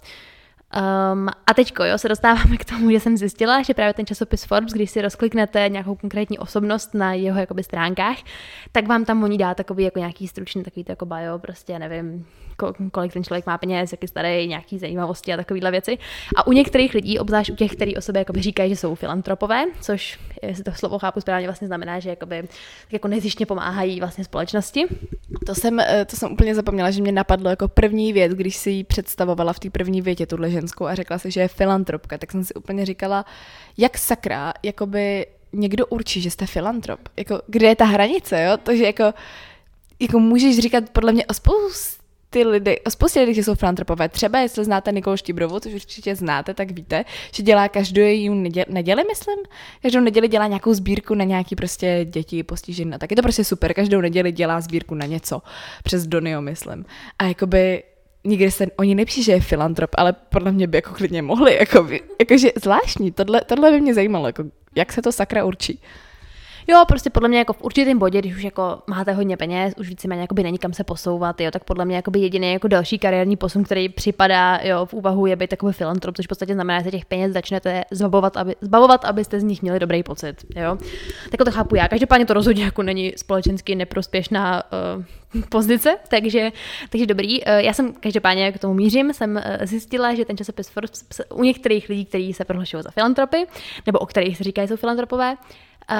Um, a teďko jo, se dostáváme k tomu, že jsem zjistila, že právě ten časopis Forbes, když si rozkliknete nějakou konkrétní osobnost na jeho jakoby stránkách, tak vám tam oni dá takový jako nějaký stručný, takový to jako bio, prostě nevím, kolik ten člověk má peněz, jak je starý, nějaký zajímavosti a takovýhle věci. A u některých lidí, obzvlášť u těch, kteří o sobě jakoby říkají, že jsou filantropové, což jestli to slovo chápu správně, vlastně znamená, že jakoby, tak jako nezištně pomáhají vlastně společnosti. To jsem, to jsem úplně zapomněla, že mě napadlo jako první věc, když si ji představovala v té první větě, tuhle ženskou, a řekla si, že je filantropka, tak jsem si úplně říkala, jak sakra, jakoby někdo určí, že jste filantrop. Jako, kde je ta hranice, jo? To, že jako, jako můžeš říkat podle mě o spousty ty lidi, o spoustě lidí, že jsou filantropové. Třeba jestli znáte Nikolu Štíbrovou, což určitě znáte, tak víte, že dělá každou její neděli, neděli, myslím, každou neděli dělá nějakou sbírku na nějaký prostě děti postižené. Tak je to prostě super, každou neděli dělá sbírku na něco. Přes Donio, myslím. A jakoby nikdy se oni nepíší, že je filantrop, ale podle mě by jako klidně mohli. Jakoby, jakože zvláštní, tohle, tohle by mě zajímalo, jako, jak se to sakra určí. Jo, prostě podle mě jako v určitém bodě, když už jako máte hodně peněz, už víceméně jakoby není kam se posouvat, jo, tak podle mě jakoby jediný jako další kariérní posun, který připadá, jo, v úvahu, je být takový filantrop, což v podstatě znamená, že se těch peněz začnete zbavovat, aby, zbavovat, abyste z nich měli dobrý pocit, jo. Tak to chápu já. Každopádně to rozhodně jako není společensky neprospěšná uh, pozice, takže, takže dobrý. Uh, já jsem každopádně k tomu mířím, jsem uh, zjistila, že ten časopis Forbes u některých lidí, kteří se prohlašují za filantropy, nebo o kterých se říkají, jsou filantropové, uh,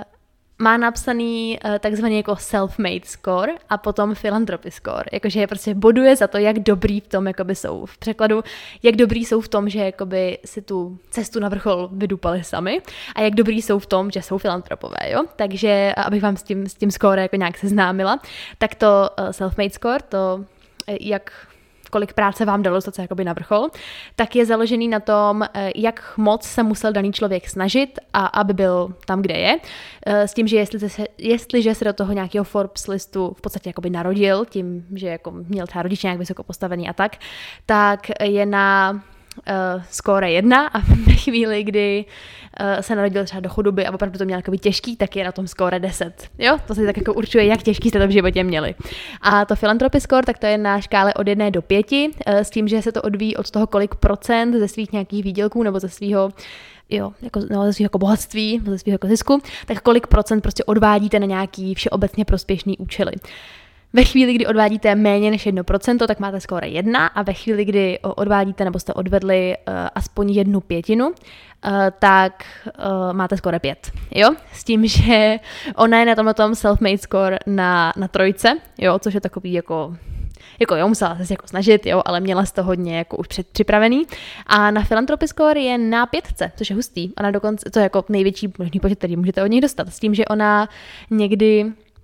má napsaný uh, takzvaný jako self-made score a potom philanthropy score, jakože je prostě boduje za to, jak dobrý v tom jakoby jsou. V překladu, jak dobrý jsou v tom, že jakoby si tu cestu na vrchol vydupali sami a jak dobrý jsou v tom, že jsou filantropové, jo. Takže abych vám s tím, s tím score jako nějak seznámila, tak to uh, self-made score, to jak kolik práce vám dalo dostat se jakoby na vrchol, tak je založený na tom, jak moc se musel daný člověk snažit a aby byl tam, kde je. S tím, že jestli se, jestliže se do toho nějakého Forbes listu v podstatě jakoby narodil, tím, že jako měl třeba rodiče nějak vysoko postavený a tak, tak je na Uh, skóre jedna a ve chvíli, kdy uh, se narodil třeba do chudoby a opravdu to měl jako těžký, tak je na tom skóre deset. Jo? To se tak jako určuje, jak těžký jste to v životě měli. A to philanthropy score, tak to je na škále od jedné do pěti, uh, s tím, že se to odvíjí od toho, kolik procent ze svých nějakých výdělků nebo ze svého jo, jako, no, ze svého jako bohatství, ze svého jako zisku, tak kolik procent prostě odvádíte na nějaký všeobecně prospěšný účely. Ve chvíli, kdy odvádíte méně než jedno procento, tak máte skóre jedna a ve chvíli, kdy odvádíte nebo jste odvedli uh, aspoň jednu pětinu, uh, tak uh, máte skóre pět. Jo? S tím, že ona je na tomhle tom self-made score na, na trojce, jo? Což je takový jako jako jo, musela se jako snažit, jo, ale měla z toho hodně jako už předpřipravený. A na philanthropy score je na pětce, což je hustý. Ona dokonce, to je jako největší možný počet, který můžete od něj dostat. S tím, že ona někdy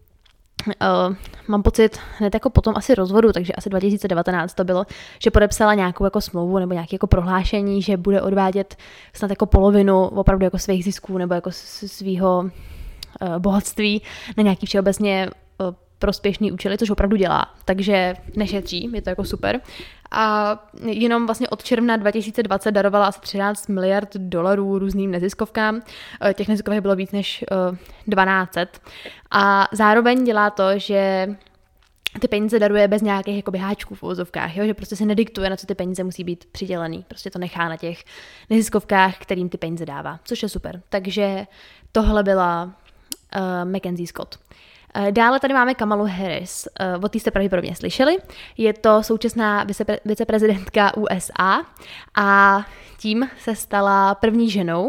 Uh, mám pocit, hned jako potom asi rozvodu, takže asi dva tisíce devatenáct to bylo, že podepsala nějakou jako smlouvu nebo nějaké jako prohlášení, že bude odvádět snad jako polovinu opravdu jako svých zisků nebo jako svýho uh, bohatství na nějaký všeobecně uh, prospěšný účely, což opravdu dělá, takže nešetří, je to jako super. A jenom vlastně od června dva tisíce dvacet darovala asi třináct miliard dolarů různým neziskovkám. Těch neziskovek bylo víc než dvanáct set. A zároveň dělá to, že ty peníze daruje bez nějakých jakoby háčků v uvozovkách, jo? Že prostě se nediktuje, na co ty peníze musí být přidělený. Prostě to nechá na těch neziskovkách, kterým ty peníze dává, což je super. Takže tohle byla uh, Mackenzie Scott. Dále tady máme Kamalu Harris, o té jste pravděpodobně slyšeli. Je to současná vicepre- viceprezidentka U S A a tím se stala první ženou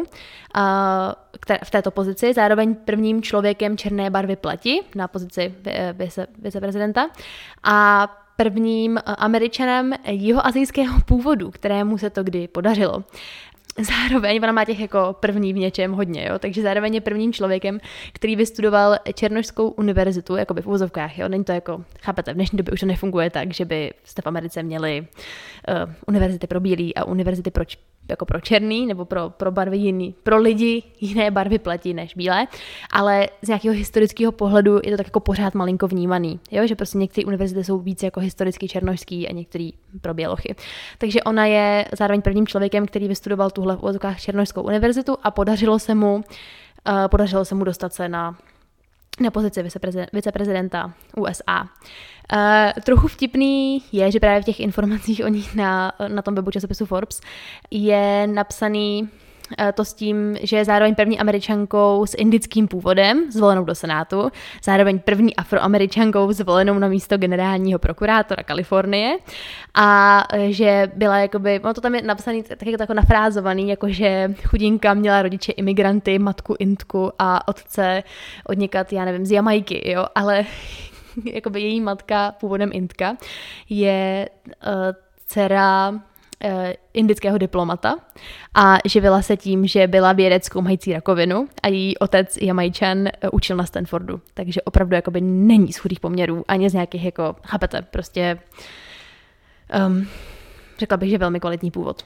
v této pozici, zároveň prvním člověkem černé barvy pleti na pozici vice- viceprezidenta a prvním Američanem jihoasijského původu, kterému se to kdy podařilo. Zároveň, ona má těch jako první v něčem hodně, jo, takže zároveň je prvním člověkem, který vystudoval Černošskou univerzitu, jakoby v uvozovkách, jo, není to jako, chápete, v dnešní době už to nefunguje tak, že by jste v Americe měli uh, univerzity pro bílý a univerzity pro, jako pro černý, nebo pro, pro barvy jiný, pro lidi jiné barvy pleti než bílé, ale z nějakého historického pohledu je to tak jako pořád malinko vnímaný, jo, že prostě některé univerzity jsou víc jako historicky černošský a některý pro bělochy. Takže ona je zároveň prvním člověkem, který vystudoval tuhle v uvozovkách Černošskou univerzitu a podařilo se mu, uh, podařilo se mu dostat se na, na pozici viceprezidenta, viceprezidenta U S A. Uh, trochu vtipný je, že právě v těch informacích o ní na, na tom webu časopisu Forbes je napsaný to s tím, že je zároveň první Američankou s indickým původem zvolenou do Senátu, zároveň první Afroameričankou zvolenou na místo generálního prokurátora Kalifornie a že byla jakoby, ono to tam je napsané tak jako, jako nafrázovaný, jakože chudinka měla rodiče imigranty, matku Indku a otce od někud, já nevím, z Jamajky, jo, ale jakoby její matka původem Indka je uh, dcera indického diplomata a živila se tím, že byla vědec zkoumající rakovinu a její otec Jamajčan učil na Stanfordu. Takže opravdu jakoby není z chudých poměrů, ani z nějakých jako, chápete, prostě um, řekla bych, že velmi kvalitní původ.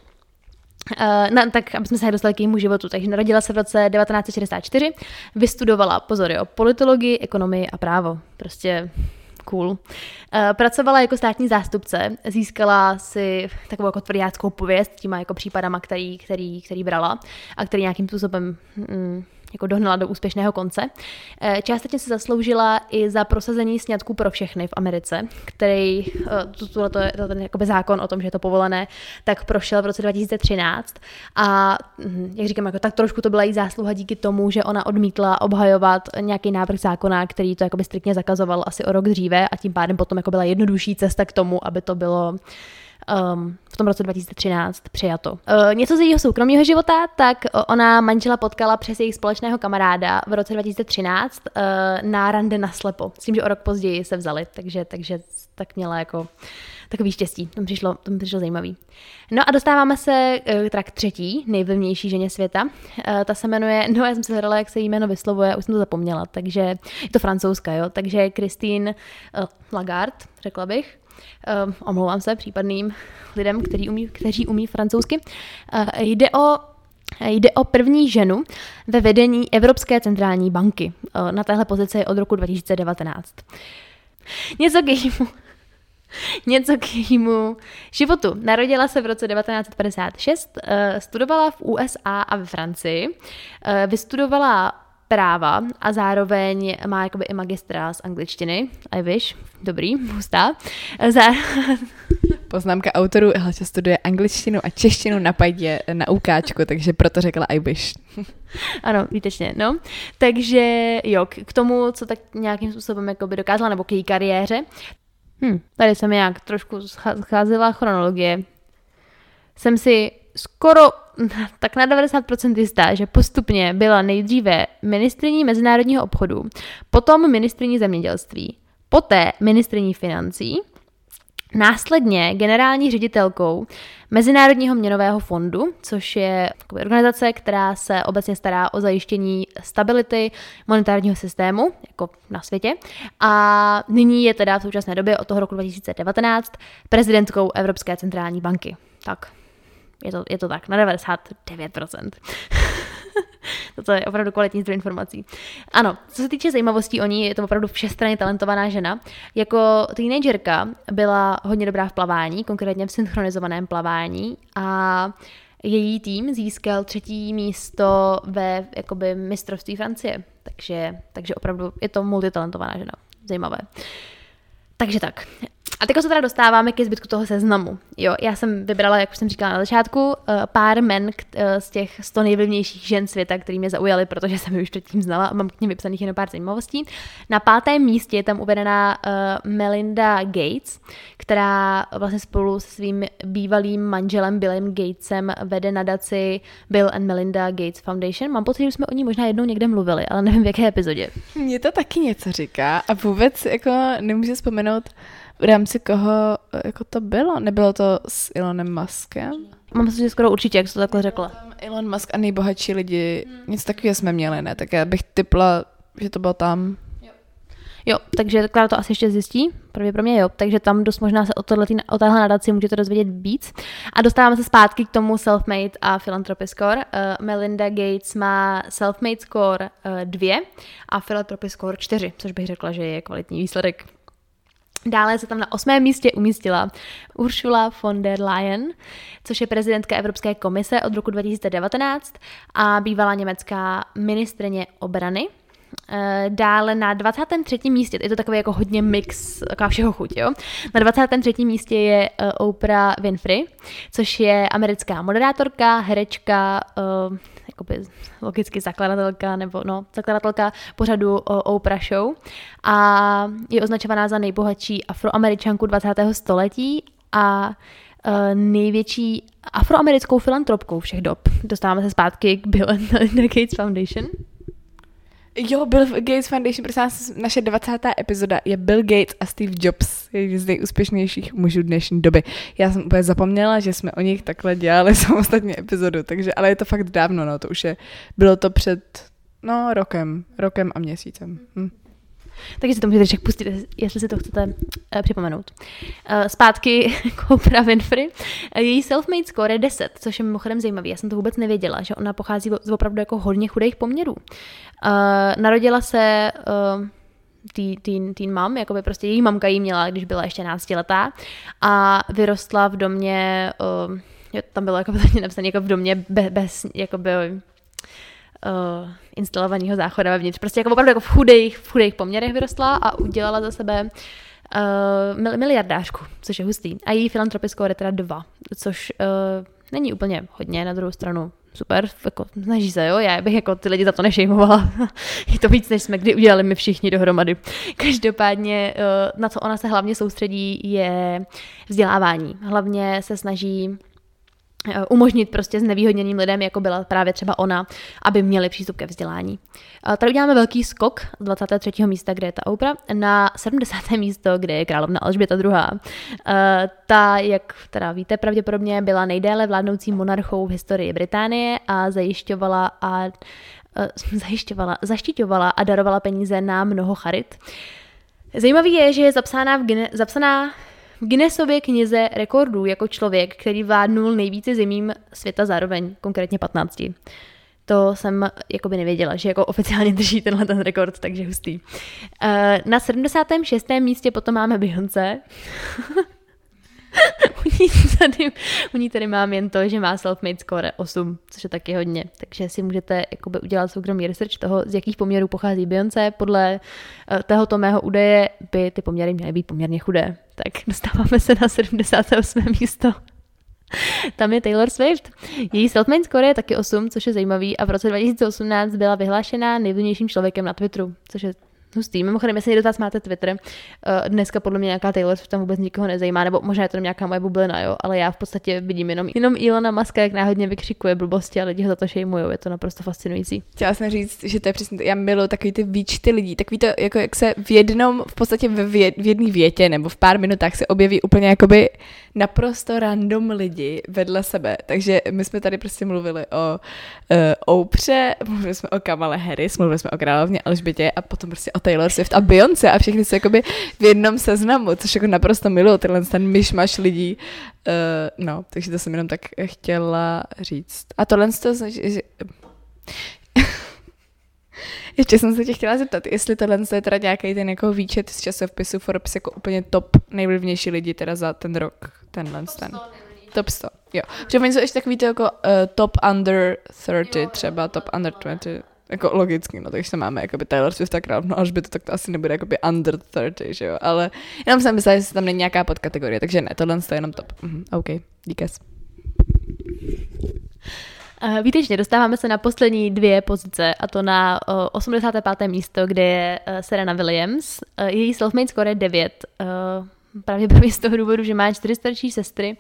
Uh, no, tak, aby jsme se dostali k jejímu životu. Takže narodila se v roce devatenáct set šedesát čtyři, vystudovala, pozor jo, politologii, ekonomii a právo. Prostě cool. Pracovala jako státní zástupce, získala si takovou jako tvrdáckou pověst těma jako případama, který, který, který brala a který nějakým způsobem mm, jako dohnala do úspěšného konce. Částečně se zasloužila i za prosazení sňatků pro všechny v Americe, který, tohle to je ten jakoby zákon o tom, že je to povolené, tak prošel v roce dva tisíce třináct a jak říkám, jako tak trošku to byla jí zásluha díky tomu, že ona odmítla obhajovat nějaký návrh zákona, který to jakoby striktně zakazoval asi o rok dříve a tím pádem potom jako byla jednodušší cesta k tomu, aby to bylo Um, v tom roce dva tisíce třináct přijato. Uh, něco z jejího soukromého života, tak ona manžela potkala přes jejich společného kamaráda v roce dva tisíce třináct uh, na rande naslepo. S tím, že o rok později se vzali, takže, takže tak měla jako takový štěstí. To mi přišlo, to mi přišlo zajímavý. No a dostáváme se uh, teda k třetí nejvlivnější ženě světa. Uh, ta se jmenuje, no já jsem si hledala, jak se jí jméno vyslovuje, už jsem to zapomněla, takže je to francouzská, jo, takže Christine uh, Lagarde, řekla bych. Um, omlouvám se případným lidem, kteří umí, kteří umí francouzsky. Uh, jde o Jde o první ženu ve vedení Evropské centrální banky. Uh, na téhle pozici od roku dva tisíce devatenáct. Něco k jejímu, něco k jejímu životu. Narodila se v roce devatenáct set padesát šest, uh, studovala v U S A a ve Francii, uh, vystudovala práva a zároveň má jakoby i magistra z angličtiny. I wish. Dobrý, hustá. Zá... Poznámka autorů, hele, studuje angličtinu a češtinu na pajdě na UKčku, takže proto řekla I wish. Ano, výtečně, no. Takže jo, k tomu, co tak nějakým způsobem jakoby dokázala, nebo k její kariéře. Hm, tady jsem nějak trošku scházela chronologie. Jsem si skoro tak na devadesát procent jistá, že postupně byla nejdříve ministryní mezinárodního obchodu, potom ministryní zemědělství, poté ministryní financí, následně generální ředitelkou Mezinárodního měnového fondu, což je organizace, která se obecně stará o zajištění stability monetárního systému jako na světě. A nyní je teda v současné době od toho roku dva tisíce devatenáct prezidentkou Evropské centrální banky. Tak, je to, je to tak, na devadesát devět procent. Toto je opravdu kvalitní zdroj informací. Ano, co se týče zajímavostí o ní, je to opravdu všestranně talentovaná žena. Jako teenagerka byla hodně dobrá v plavání, konkrétně v synchronizovaném plavání a její tým získal třetí místo ve jakoby mistrovství Francie. Takže, takže opravdu je to multitalentovaná žena. Zajímavé. Takže tak. A teď se teda dostáváme ke zbytku toho seznamu. Jo, já jsem vybrala, jak už jsem říkala na začátku, pár men z těch sto nejvlivnějších žen světa, který mě zaujaly, protože jsem ji už předtím znala a mám k nim vypsaných jenom pár zajímavostí. Na pátém místě je tam uvedená uh, Melinda Gates, která vlastně spolu se svým bývalým manželem Billem Gatesem vede nadaci Bill and Melinda Gates Foundation. Mám pocit, že jsme o ní možná jednou někde mluvili, ale nevím v jaké epizodě. Mně to taky něco říká a vůbec jako nemůžu vzpomenout, v rámci koho jako to bylo? Nebylo to s Elonem Muskem? Mám pocit, že skoro určitě, jak jsi to takhle řekla. Elon Musk a nejbohatší lidi, hmm. něco takového jsme měli, ne? Tak já bych tipla, že to bylo tam. Jo, jo, takže Klára to asi ještě zjistí, pravděpodobně jo, takže tam dost možná se o, tohletý, o téhle nadaci můžete dozvědět víc. A dostáváme se zpátky k tomu self-made a philanthropy score. Uh, Melinda Gates má self-made score uh, dvě a philanthropy score čtyři, což bych řekla, že je kvalitní výsledek. Dále se tam na osmém místě umístila Ursula von der Leyen, což je prezidentka Evropské komise od roku dva tisíce devatenáct a bývalá německá ministryně obrany. Dále na dvacátém třetím místě, je to takový jako hodně mix, taková všeho chuť, jo. Na dvacátém třetím místě je Oprah Winfrey, což je americká moderátorka, herečka, jakoby logicky zakladatelka, nebo no, zakladatelka pořadu Oprah Show a je označovaná za nejbohatší afroameričanku dvacátého století a největší afroamerickou filantropkou všech dob. Dostáváme se zpátky k Bill and Melinda Gates Foundation. Jo, Bill Gates Foundation, prosím vás, naše dvacátá epizoda je Bill Gates a Steve Jobs, jeden z nejúspěšnějších mužů dnešní doby. Já jsem úplně zapomněla, že jsme o nich takhle dělali samostatně epizodu, takže, ale je to fakt dávno, no, to už je, bylo to před, no, rokem, rokem a měsícem. Hm. Takže si to můžete však pustit, jestli si to chcete uh, připomenout. Uh, zpátky k Oprah Winfrey. Uh, její self-made score je deset, což je mimochodem zajímavý. Já jsem to vůbec nevěděla, že ona pochází z opravdu jako hodně chudých poměrů. Uh, narodila se uh, teen, teen mom, jakoby prostě její mamka jí měla, když byla ještě náctiletá a vyrostla v domě, uh, jo, tam bylo jako napsané jako v domě be, bez, jakoby Uh, instalovaného záchoda vevnitř. Prostě jako opravdu jako v chudých, v chudých poměrech vyrostla a udělala za sebe uh, miliardářku, což je hustý. A její philanthropy score je teda dva, což uh, není úplně hodně, na druhou stranu super, jako snaží se, jo, já bych jako ty lidi za to nešejmovala. Je to víc, než jsme kdy udělali my všichni dohromady. Každopádně, uh, na co ona se hlavně soustředí, je vzdělávání. Hlavně se snaží umožnit prostě znevýhodněným lidem, jako byla právě třeba ona, aby měli přístup ke vzdělání. Tady uděláme velký skok z dvacátého třetího místa, kde je ta Oprah, na sedmdesáté místo, kde je královna Alžběta druhá. Ta, jak teda víte, pravděpodobně byla nejdéle vládnoucí monarchou v historii Británie a zajišťovala a zajišťovala, zaštiťovala a darovala peníze na mnoho charit. Zajímavý je, že je zapsána v Gine, zapsaná v Guinnessově knize rekordů jako člověk, který vládnul nejvíce zemím světa zároveň, konkrétně patnácti. To jsem jakoby nevěděla, že jako oficiálně drží tenhle ten rekord, takže hustý. Na sedmdesátém šestém místě potom máme Beyoncé. u, ní tady, u ní tady mám jen to, že má self-made score osm, což je taky hodně. Takže si můžete jakoby udělat soukromý research toho, z jakých poměrů pochází Beyoncé. Podle uh, tohoto mého údaje by ty poměry měly být poměrně chudé. Tak dostáváme se na sedmdesáté osmé místo. Tam je Taylor Swift. Její self-made score je taky osm, což je zajímavý a v roce dva tisíce osmnáct byla vyhlášena nejvlivnějším člověkem na Twitteru, což je hustý. Mimochodem, jestli někdo z vás máte Twitter, dneska podle mě nějaká Taylor Swift tam vůbec nikoho nezajímá, nebo možná je to nějaká moje bublina, jo, ale já v podstatě vidím jenom, jenom Elona Muska, jak náhodně vykřikuje blbosti a lidi ho za to šejmujou, je to naprosto fascinující. Chtěla jsem říct, že to je přesně, já miluji takový ty výčty lidí, takový to, jako jak se v jednom, v podstatě v, vě, v jedné větě nebo v pár minutách se objeví úplně jakoby naprosto random lidi vedle sebe, takže my jsme tady prostě mluvili o uh, Opře, mluvili jsme o Kamale Harris, mluvili jsme o královně Alžbětě a potom prostě o Taylor Swift a Beyoncé a všechny jsou jakoby v jednom seznamu, což jako naprosto miluji, tenhle ten myšmaš lidí. Uh, no, takže to jsem jenom tak chtěla říct. A tohle to že, že... Ještě jsem se tě chtěla zeptat, jestli tohle je teda nějaký ten jako výčet z časopisu Forbes jako úplně top nejvlivnější lidi teda za ten rok, tenhle ten. Top sto, jo. Že oni jsou ještě takový to jako uh, top under třicet, třeba top under dvacet. Jako logicky, no, takže máme jakoby Taylor Swift tak no až by to tak to asi nebude jakoby under thirty, že jo, ale jenom jsem myslela, že tam není nějaká podkategorie, takže ne, tohle je jenom top. Mhm, OK, díkes. Uh, výtečně, dostáváme se na poslední dvě pozice, a to na uh, osmdesáté páté místo, kde je uh, Serena Williams. Uh, její self-made score je devět, uh, pravděpodobně z toho důvodu, že má čtyři starší sestry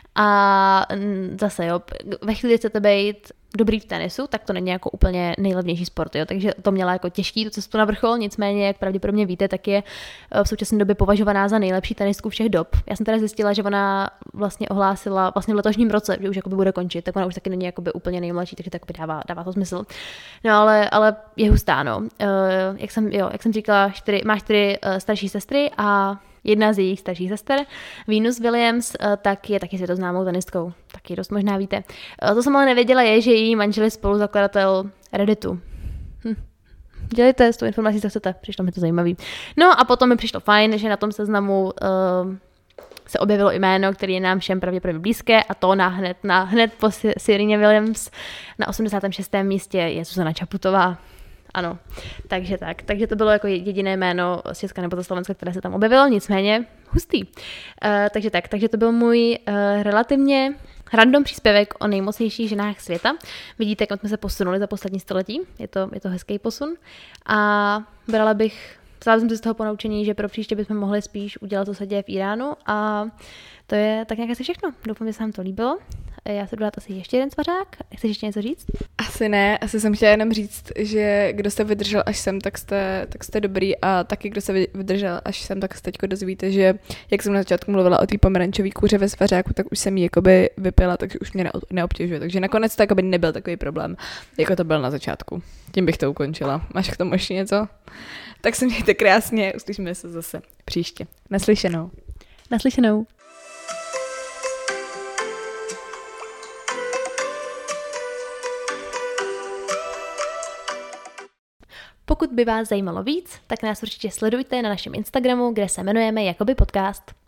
a mm, zase jo, ve chvíli chcete být dobrý v tenisu, tak to není jako úplně nejlevnější sport, jo, takže to měla jako těžký tu cestu na vrchol, nicméně, jak pravděpodobně víte, tak je v současné době považovaná za nejlepší tenistku všech dob. Já jsem teda zjistila, že ona vlastně ohlásila vlastně v letošním roce, že už jakoby bude končit, tak ona už taky není jakoby úplně nejmladší, takže tak dává, dává to smysl. No ale, ale je hustá, no. Uh, jak jsem, jo, jak jsem říkala, čtyři, má čtyři uh, starší sestry a jedna z jejich starších sester, Venus Williams, tak je taky světoznámou tenistkou. Taky dost možná víte. To jsem ale nevěděla je, že její manžel je spoluzakladatel Redditu. Hm. Dělejte s tou informací, co chcete. Přišlo mi to zajímavý. No a potom mi přišlo fajn, že na tom seznamu uh, se objevilo jméno, který je nám všem pravděpodobně blízké, a to na hned, na, hned po Sereně Williams na osmdesátém šestém místě je Zuzana Čaputová. Ano, takže tak. Takže to bylo jako jediné jméno z Česka nebo to Slovenska, které se tam objevilo, nicméně hustý. Uh, takže tak, takže to byl můj uh, relativně random příspěvek o nejmocnějších ženách světa. Vidíte, jak jsme se posunuli za poslední století, je to, je to hezký posun. A brala bych, vzala jsem si z toho ponaučení, že pro příště bychom mohli spíš udělat, co se děje v Iránu, a to je tak nějak asi všechno. Doufám, že se vám to líbilo. Já se budu dát asi ještě jeden svařák. Chceš ještě něco říct? Asi ne, asi jsem chtěla jenom říct, že kdo jste vydržel až sem, tak jste, tak jste dobrý, a taky kdo se vydržel až sem, tak se teďko dozvíte, že jak jsem na začátku mluvila o té pomerančové kůře ve svařáku, tak už jsem ji jakoby vypila, takže už mě neobtěžuje. Takže nakonec to jakoby nebyl takový problém, jako to byl na začátku. Tím bych to ukončila. Máš k tomu ještě něco? Tak se mějte krásně, uslyšíme se zase příště. Naslyšenou. Naslyšenou. Pokud by vás zajímalo víc, tak nás určitě sledujte na našem Instagramu, kde se jmenujeme Jakoby podcast.